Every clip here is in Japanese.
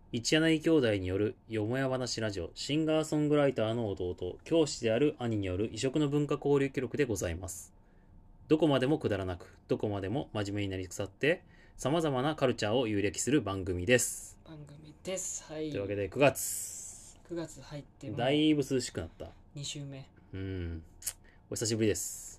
一柳兄弟によるよもや話ラジオ、シンガーソングライターの弟、教師である兄による異色の文化交流記録でございます。どこまでもくだらなく、どこまでも真面目になり腐って、様々なカルチャーを有歴する番組です。 番組です。はい。 というわけで9月。 9月入ってもだいぶ涼しくなった。 2週目。 お久しぶりです。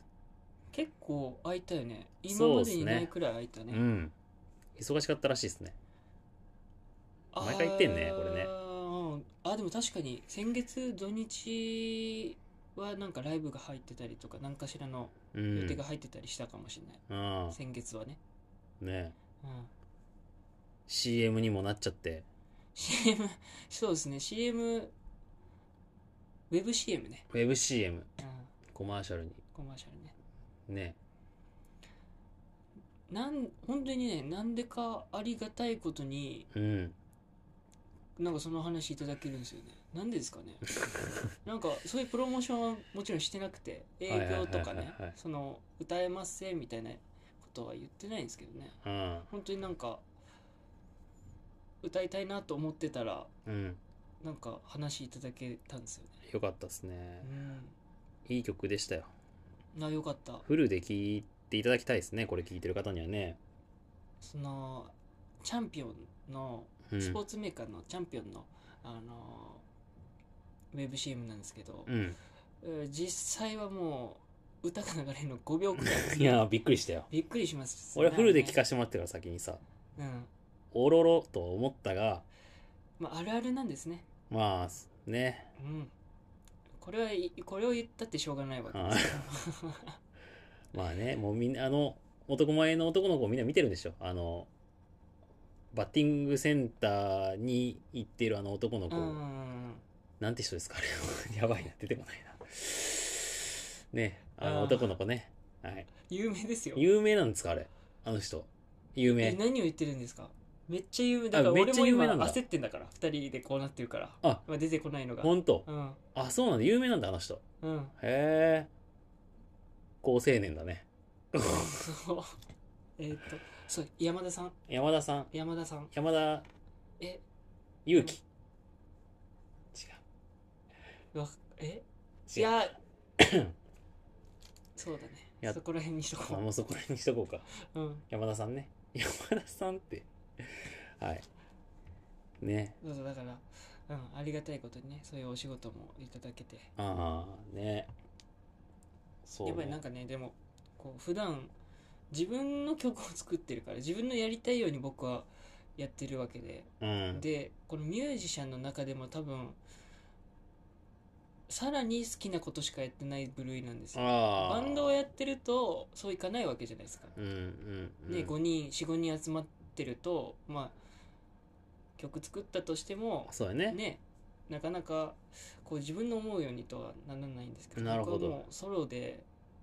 結構空いたよね。今までにないくらい空いたね。 忙しかったらしいですね。毎回言ってんね、これね。 でも確かに先月土日はなんかライブが入ってたりとか何かしらの予定が入ってたりしたかもしれない。先月はね。 ねえ。CM にもなっちゃって。 CM、そうですね。CM、ウェブ CM ね。 ウェブ CM。コマーシャルに。 コマーシャルね。 ね本当にね、なんでかありがたいことに、なんかその話いただけるんですよね。なんでですかね。なんかそういうプロモーションはもちろんしてなくて、営業とかね、その歌えますせみたいなことは言ってないんですけどね。本当になんか歌いたいなと思ってたら、なんか話いただけたんですよね。 よかったですね。いい曲でしたよ。 よかった。 フルで聴いていただきたいですね。これ聴いてる方にはね。 そのチャンピオンのスポーツメーカーのチャンピオンのウェブ CM なんですけど、実際はもう歌が流れるの5秒くらいいやびっくりしたよ。 びっくりします、 俺はフルで聴かせてもらってから先にさ、おろろと思ったが、 あるあるなんですね。 まあね、 これを言ったってしょうがないわけですよ。 まあね、もうみんな男前の男の子をみんな見てるんでしょ。バッティングセンターに行ってる男の子、なんて人ですかあれ。やばいな、出てこないな。ね、男の子ね。はい。 有名ですよ。 有名なんですかあれ。あの人。有名。 何を言ってるんですか。めっちゃ有名だから。俺も今焦ってんだから。2人でこうなってるから。出てこないのが。 ほんと。そうなんだ。有名なんだあの人。へえ。高青年だね。 そうそう、山田さん。 山田裕貴。違う。 いやそうだね。そこら辺にしとこう。 もうそこら辺にしとこうか。山田さんね。山田さんってはいね。 そうだからありがたいことにね、そういうお仕事もいただけて。 ね。 そうね。やっぱりなんかね、でもこう普段自分の曲を作ってるから、自分のやりたいように僕はやってるわけで、でこのミュージシャンの中でも多分さらに好きなことしかやってない部類なんですよ。バンドをやってるとそういかないわけじゃないですか。で45人集まってると、曲作ったとしてもそうねなかなかこう自分の思うようにとはならないんですけど、僕はもうソロで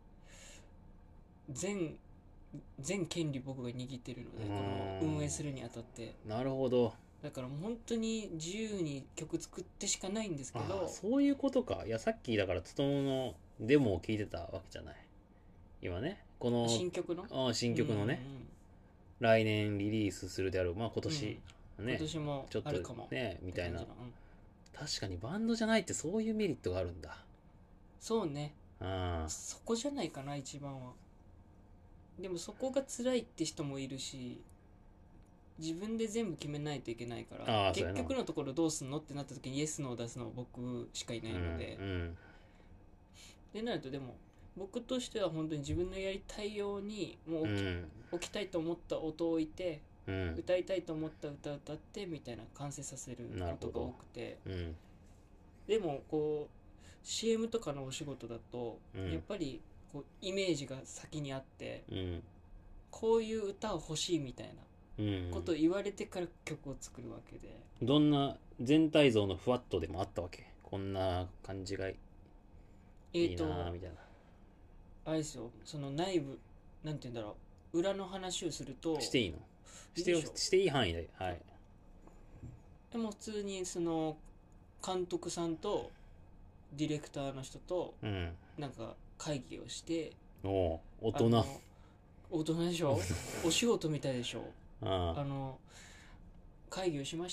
全権利僕が握ってるので、この運営するにあたって。 なるほど。 だからもう本当に自由に曲作ってしかないんですけど。 そういうことか。いやさっきだからつとものデモを聞いてたわけじゃない今ね。この新曲のね、来年リリースするである今年、 今年もあるかもねみたいな。確かにバンドじゃないってそういうメリットがあるんだ。 そうね。そこじゃないかな一番は。でもそこが辛いって人もいるし、自分で全部決めないといけないから、結局のところどうすんのってなった時にイエスノー出すのは僕しかいないので、でなると、でも僕としては本当に自分のやりたいようにもう置きたいと思った音を置いて、歌いたいと思った歌を歌ってみたいな完成させることが多くて、でもこう CM とかのお仕事だと、やっぱりこうイメージが先にあって、こういう歌を欲しいみたいなことを言われてから曲を作るわけで、 どんな全体像のふわっとでもあったわけ。こんな感じがいいなみたいな。 あれですよ、その内部なんて言うんだろう、裏の話をすると。 していいの？していい範囲で。はい。 でも普通にその監督さんとディレクターの人となんか会議をして、 大人でしょお仕事みたいでしょ。 会議をしまして、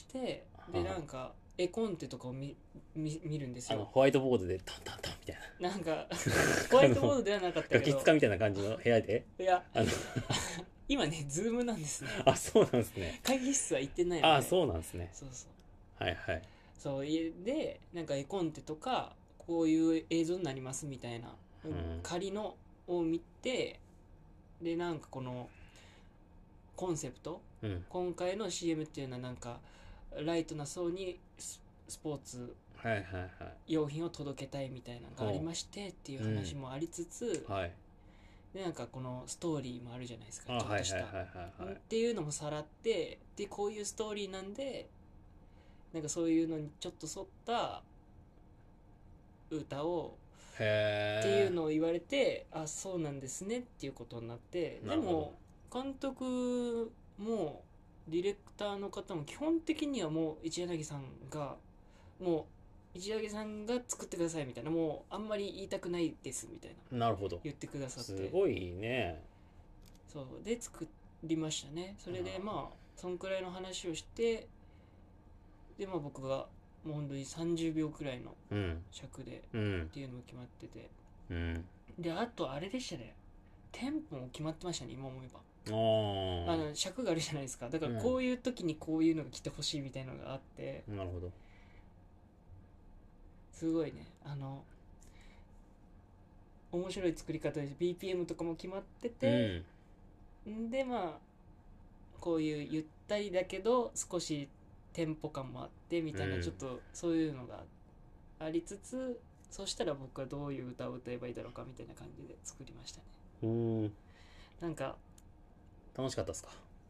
でなんか絵コンテとかを見るんですよ。 ホワイトボードでタンタンタンみたいな。なんかホワイトボードではなかったけどガキ使みたいな感じの部屋でいや今ねズームなんですね。 あ、そうなんですね。 会議室は行ってないので。 あ、そうなんですね。 そうそう。 はいはい。 そうでなんか絵コンテとかこういう映像になりますみたいな、仮のを見て、でなんかこのコンセプト、今回の CM っていうのはなんかライトな層にスポーツ用品を届けたいみたいなのがありましてっていう話もありつつ、でなんかこのストーリーもあるじゃないですか、ちょっとしたっていうのもさらって、でこういうストーリーなんでなんかそういうのにちょっと沿った歌をっていうのを言われて、あ、そうなんですねっていうことになって、でも監督もディレクターの方も基本的にはもう一柳さんが作ってくださいみたいな、もうあんまり言いたくないですみたいな、 なるほど、 言ってくださって、 すごいね。 そうで作りましたね。それでまあそんくらいの話をして、でまあ僕がもう本当に30秒くらいの尺でっていうのも決まってて、であとあれでしたね、テンポも決まってましたね、今思えば。尺があるじゃないですか。だからこういう時にこういうのが来てほしいみたいなのがあって、 なるほど、 すごいね、面白い作り方で BPM とかも決まってて、でまあこういうゆったりだけど少しテンポ感もあってみたいな、ちょっとそういうのがありつつ、そしたら僕はどういう歌を歌えばいいだろうかみたいな感じで作りましたね。なんか楽しかったですか？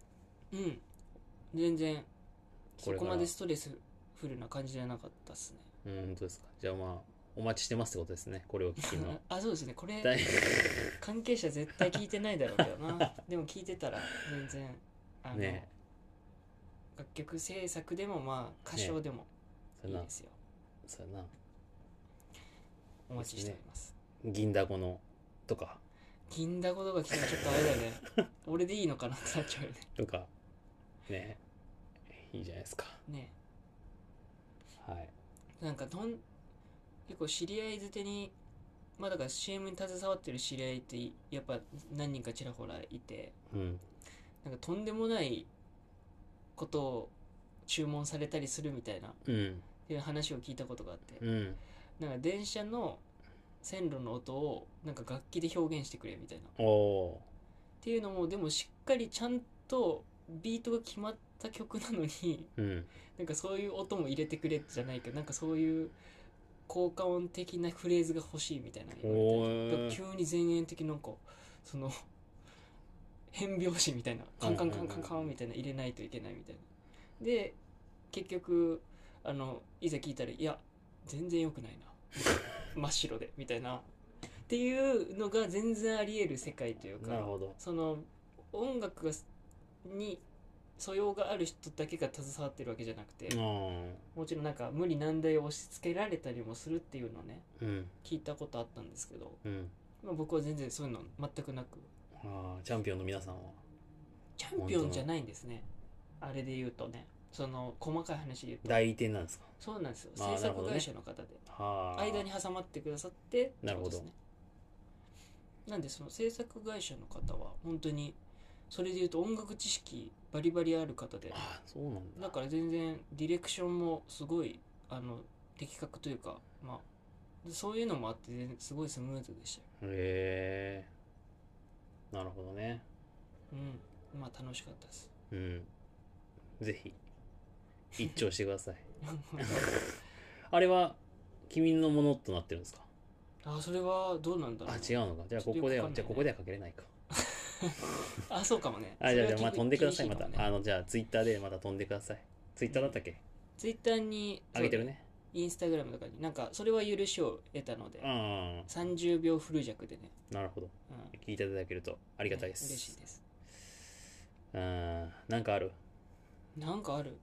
全然そこまでストレスフルな感じじゃなかったっすね。 本当ですか？じゃあまあお待ちしてますってことですね、これを聞きのあ、そうですね、これ関係者絶対聞いてないだろうけどなでも聞いてたら全然ね、楽曲制作でもまあ歌唱でもいいですよ。 そうやな、 お待ちしております。 銀だこのとか、 銀だことか来たらちょっとあれだよね俺でいいのかなってなっちゃうよねとかね、いいじゃないですかね。 はい。 なんか結構知り合いづてに、まあだから CM に携わってる知り合いってやっぱ何人かちらほらいて、なんかとんでもないことを注文されたりするみたいな、っていう話を聞いたことがあって、なんか電車の線路の音をなんか楽器で表現してくれみたいなっていうのも、でもしっかりちゃんとビートが決まった曲なのに、なんかそういう音も入れてくれじゃないけど、なんかそういう効果音的なフレーズが欲しいみたいな言われて、急に前縁的なんかその変拍子みたいなカンカンカンカンカンみたいな入れないといけないみたいな。で結局いざ聞いたら、いや全然良くないな真っ白でみたいなっていうのが全然あり得る世界というか、その音楽に素養がある人だけが携わってるわけじゃなくて、もちろんなんか無理難題を押し付けられたりもするっていうのをね、聞いたことあったんですけど、まあ、僕は全然そういうの全くなく、 チャンピオンの皆さんはチャンピオンじゃないんですね、あれで言うとね、その細かい話で言うと代理店なんですか？ そうなんですよ、制作会社の方で、間に挟まってくださってってことですね。なんでその制作会社の方は本当にそれで言うと音楽知識バリバリある方で、 そうなんだ。 だから全然ディレクションもすごい的確というか、まあそういうのもあってすごいスムーズでしたよ。 へえ、なるほどね。 まあ楽しかったです。 ぜひ一聴してくださいあれは君のものとなってるんですか？ それはどうなんだろう。 違うのか。じゃあここではかけれないかそうかもね。 じゃあまあ飛んでください、またじゃあツイッターでまた飛んでください。ツイッターだったっけ？ ツイッターに上げてるね。 インスタグラムとかになんかそれは許しを得たので、30秒フル弱でね。なるほど、聞いていただけるとありがたいです。嬉しいです。なんかある？なんだろう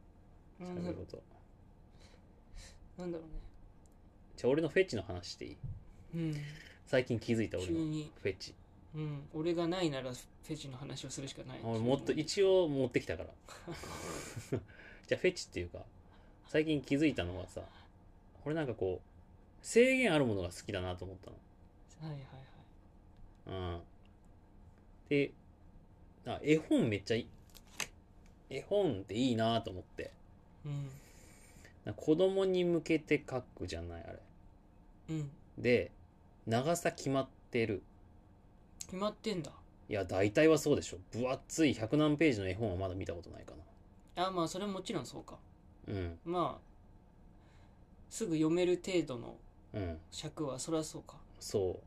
ね。じゃあ俺のフェチの話していい？最近気づいた俺のフェチ。俺がないならフェチの話をするしかない。もっと一応持ってきたからじゃあフェチっていうか、最近気づいたのはさ、俺なんかこう制限あるものが好きだなと思ったはいはいはい。 の。うん。で、絵本めっちゃいい。絵本っていいなと思って。 うん。 なんか子供に向けて書くじゃない、あれ。 うん。 で、長さ決まってる。 決まってんだ。 いや、大体はそうでしょ。分厚い100何ページの絵本はまだ見たことないかあ、まあそれはもちろんそうか。 な。うん。 まあすぐ読める程度のうん。 尺はそりゃそうか。 そう。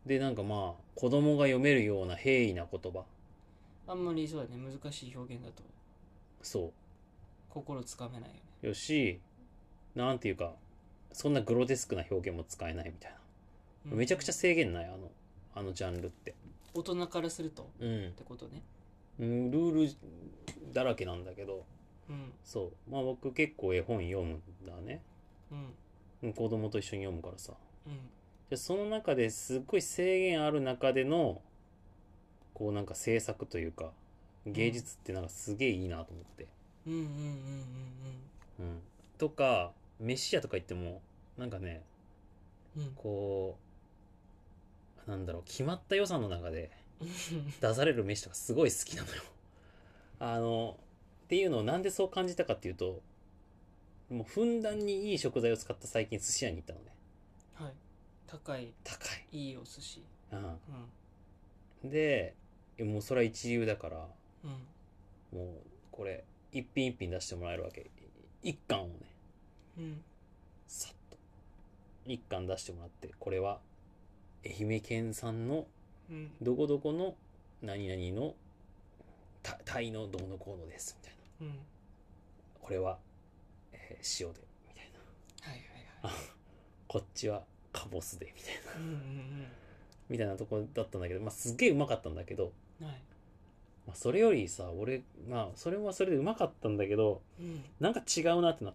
で、なんかまあ、子供が読めるような平易な言葉。 あんまりそうだね、難しい表現だとそ心つかめないよね。 う。よし、なんていうか、そんなグロテスクな表現も使えないみたいな。 うん、 めちゃくちゃ制限ない、あのジャンルって。 大人からするとっうん。 てことね。 ルールだらけなんだけど、 うん。 そう。まあ僕結構絵本読むんだね。 うん。 子供と一緒に読むからさ。 うん。 でその中ですっごい制限ある中での、こうなんか制作というか、芸術ってなんかすげえいいなと思って。 うんうんうんうんうん。とか、飯屋とか行っても、なんかね、 うんうん。 こう、なんだろう、決まった予算の中で出される飯とかすごい好きなのよ。っていうのをなんでそう感じたかっていうと、もうふんだんにいい食材を使った最近寿司屋に行ったのね。 はい。高い、 高いいお寿司。 い。ううん。 ん。で、もうそれは一流だから、 うん。 もうこれ、一品一品出してもらえるわけ。一貫をね、 うん。 さっと。一貫出してもらって、これは愛媛県産のうん。 どこどこの何々のタイのどうのこうのですみたいな。 うん。 これは、塩でみたいはいな。こっちはカボスでみたいな。 はいはい。うんうんみたいなとこだったんだけど、まあすっげえうまかったんだけど、 うん。はい。 まあ、それよりさ、俺、まあそれはそれでうまかったんだけど、 うん。 なんか違うなってなって。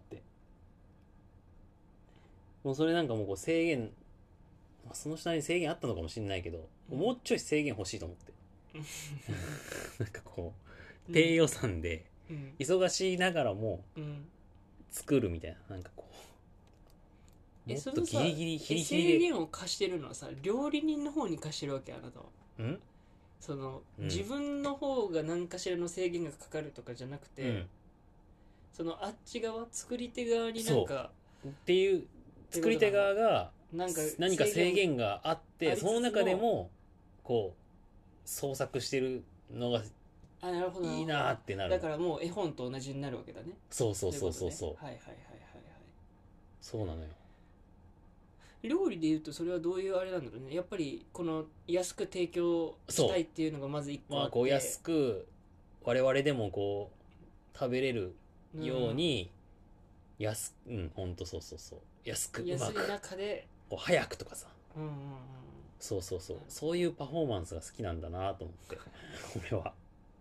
もうそれなんかもうこう制限、まあ、その下に制限あったのかもしれないけど、 うんもうちょい制限欲しいと思って。なんかこう、 うん低予算で、 うん忙しいながらもうん作るみたいな、なんかこう、もっとそのさギリギリ、ギリギ制リ限を課してるのはさ料理人の方に課してるわけあなたは。 で、 その、 うん自分の方が何かしらの制限がかかるとかじゃなくて、 うん。 そのあっち側作り手側になんかっていう、作り手側がなんか何か制限があっあて、 りつつもその中でも、こう、創作してるのがあなるほどいいなーってなる。 だからもう絵本と同じになるわけだね。 そうそうそうそうそう。 はいはいはいはいはい。 そうなのよ。 料理でいうとそれはどういうあれなんだろうね。やっぱりこの安く提供したいっていうのがまず一個あって、 まあこう安く我々でもこう食べれるようにほんとそうそうそう。安くうま安いく中で、 こう早くとかさ。 うんうんうん、 そうそうそう。そういうパフォーマンスが好きなんだなと思って。俺は。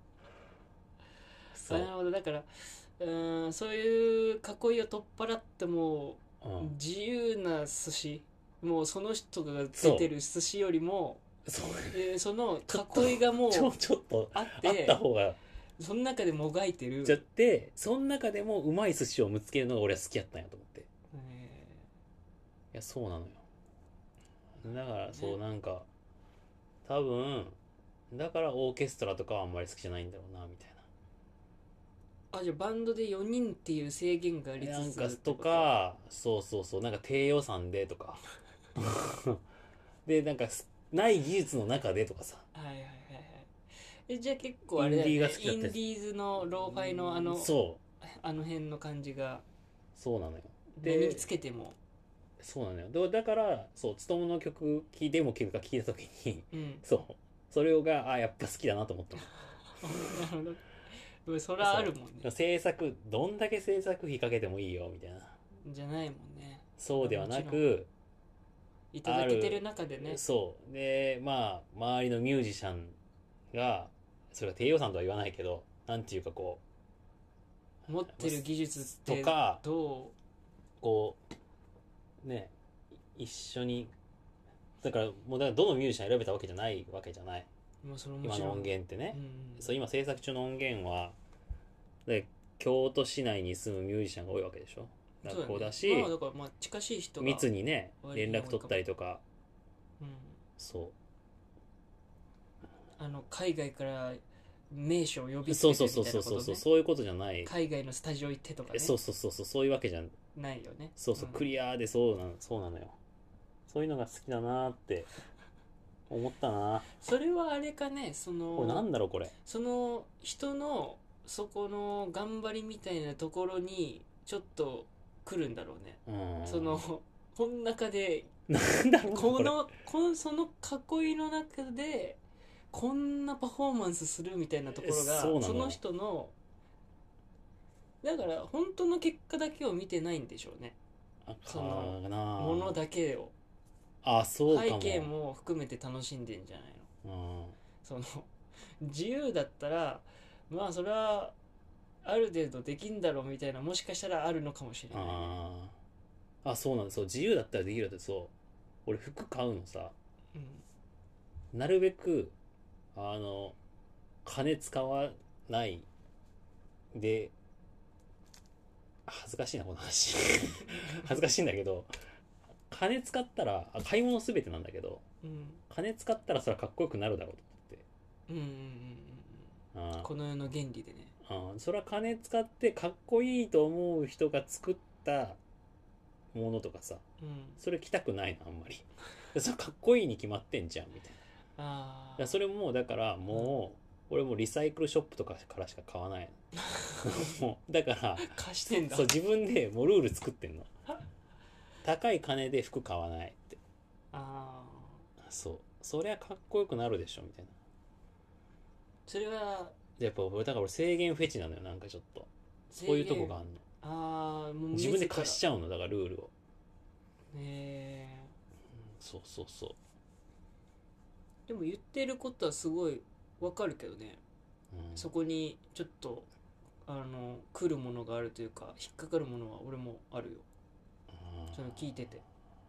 そう。 なるほど。だからそういう囲いを取っ払ってもうん自由な寿司、もうその人が出てる寿司よりもそうその囲いがもうちょっとあっあってた方がその中でもがいてる。 じゃってその中でもうまい寿司を見つけるのが俺は好きやったんやと思って。いやそうなのよ。だからそうなんか多分だからオーケストラとかはあんまり好きじゃないんだろうなみたいじゃあバンドで4人っていう制限がありな。 つつなんかとかそうそうそうなんか低予算でとかでなんかない技術の中でとかさ。 はいはいはいはい。じゃあ結構あれだよね、 インディーが好きだったやつインディーズのローファイのそうあの辺の感じがそうなのよ。 何つけても、 そうなのよ。だからそうつともの曲聴いても聴くか聴いた時にうんそうそれがやっぱ好きだなと思ったの。 なるほど。それはあるもんね。 制作どんだけ制作費かけてもいいよみたいな。 じゃないもんね。 そうではなくいただけてる中でね。 そうでまあ周りのミュージシャンがそれは低予算とは言わないけどなんていうかこ持ってる技術ってとかどうこうね一緒にだからもうだからどのミュージシャン選べたわけじゃないわけじゃない。 もうそれも今の音ちろん源ってね、 うんそう今制作中の音源はで京都市内に住むミュージシャンが多いわけでしょ。学校だし、 まあ、だからまあ近しい人が密にね連絡取ったりとか、 うん、 そう海外から名所を呼びつそうけてみたいなこと、ね、 そういうことじゃない。 海外のスタジオ行ってとかね。 そういうわけじゃないよね。 クリアでそうなのよ。そういうのが好きだなって思ったな。 それはあれかね、 これなんだろうこれ。 その人のそこの頑張りみたいなところにちょっと来るんだろうね。この中でなんだろうその囲いの中でこんなパフォーマンスするみたいなところがその人のだから本当の結果だけを見てないんでしょうね。そのものだけをそうかも。 背景も含めて楽しんでんじゃないの。自由だったらまあそれはある程度できんだろうみたいなもしかしたらあるのかもしれない、ね、 そうなんです。そう自由だったらできるって。そう俺服買うのさ、 うん、 なるべく金使わないで、恥ずかしいなこの話恥ずかしいんだけど、金使ったら買い物すべてなんだけど、 うん、 金使ったらそれはかっこよくなるだろうと思って、 この世の原理でね、 それは金使ってかっこいいと思う人が作ったものとかさ、それ着たくないなあんまりそれかっこいいに決まってんじゃんみたいな。それもだからもう、俺もリサイクルショップとかからしか買わないのもうだから貸してんだ。 そう自分でもうルール作ってんの高い金で服買わないって。そりゃかっこよくなるでしょみたいな。 それはやっぱだから俺制限フェチなのよ。なんかちょっとそういうとこがあんの。もう自分で貸しちゃうのだからルールを。そうでも言ってることはすごいわかるけどね、そこにちょっと来るものがあるというか引っかかるものは俺もあるよ。それ聞いてて。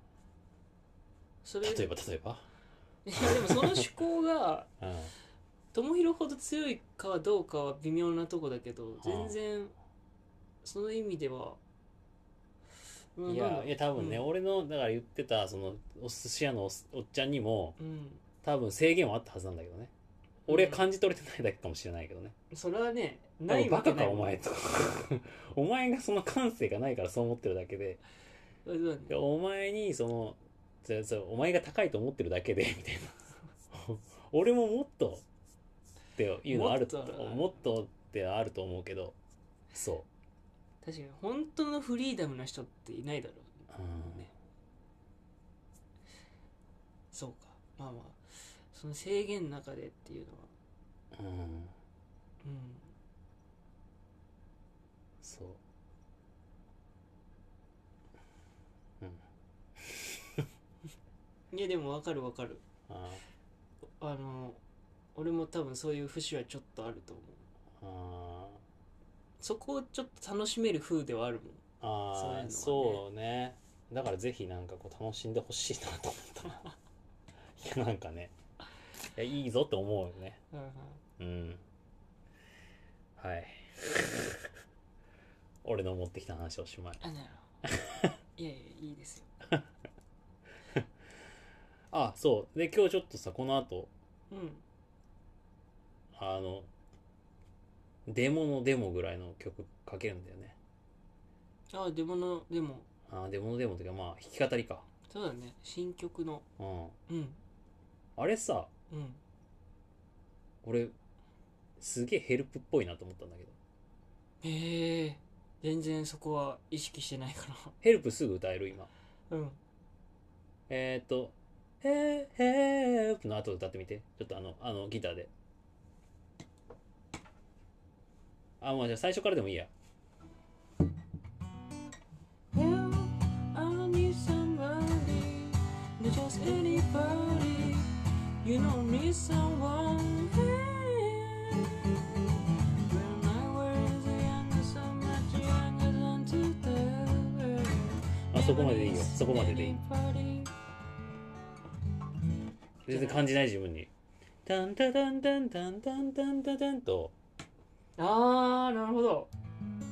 例えばいやでもその思考が友広ほど強いかはどうかは微妙なとこだけど、全然その意味では、 いや多分ね、俺のだから言ってたそのお寿司屋のおっちゃんにも、多分制限はあったはずなんだけどね。俺は感じ取れてないだけかもしれないけどね。 それはね、ないわけない。 バカかお前とお前がその感性がないからそう思ってるだけで、お前にお前が高いと思ってるだけでみたいな俺ももっとっていうのあると、もっとってあると思うけど、 確かに本当のフリーダムな人っていないだろうね。そうか、まあその制限の中でっていうのはいやでも分かる俺も多分そういう節はちょっとあると思う。そこをちょっと楽しめる風ではあるもん。 そうね。だからぜひなんかこう楽しんでほしいなと思ったいやなんかね、いいぞって思うよね。はい俺の持ってきた話おしまい。 いやいいですよそうで今日ちょっとさこの後デモのデモぐらいの曲かけるんだよね。 デモのデモっていうか弾き語りか。 そうだね、新曲のあれさ、俺すげえヘルプっぽいなと思ったんだけど。 全然そこは意識してないからヘルプすぐ歌える今。ヘルプの後歌ってみて。ちょっとギターで。もうじゃあ最初からでもいいや。そこまででいいよ。そこまででいい。全然感じない自分に。タンタタンタンタンタンタンタンタンと。 なるほど。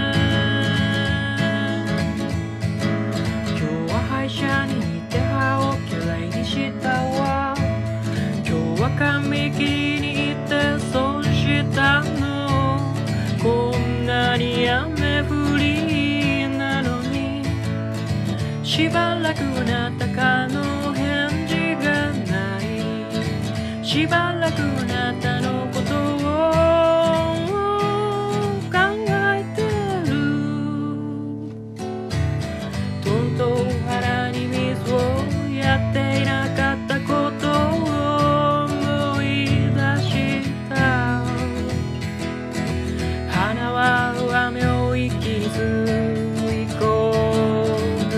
しばらくあなたからの返事がない。しばらくあなたのことを考えてる。とんと腹に水をやっていなかったことを思い出した。花は雨を息づいこう。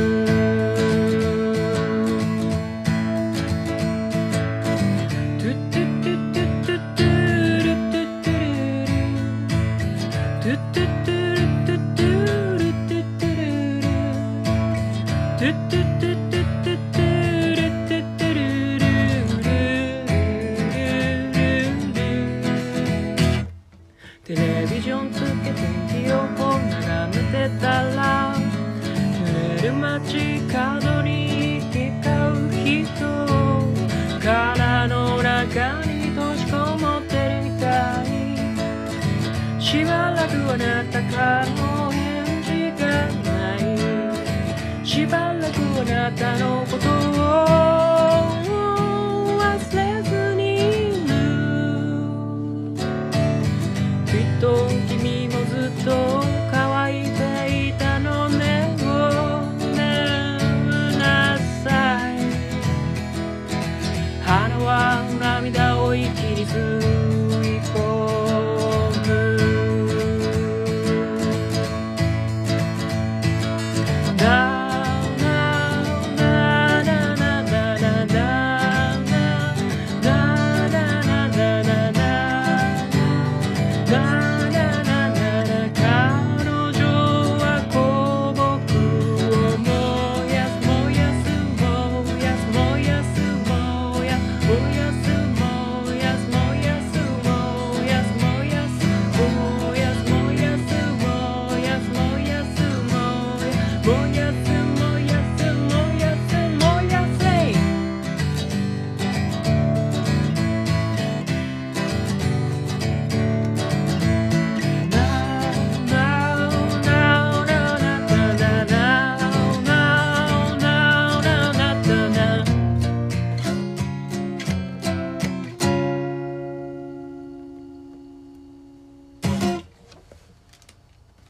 トゥトゥトゥトゥトゥトゥルトゥトゥルルトゥトゥトゥルトゥトゥルトゥトゥルルトゥトゥトゥトゥトゥトゥルトゥトゥルルテレビジョンつけて天気予報眺めてたら濡れる街角に行き交う人からの中に閉じこもってるみたい。しばらくあなたからの返事がない。しばらくあなたのことを忘れずにいる。きっと君もずっと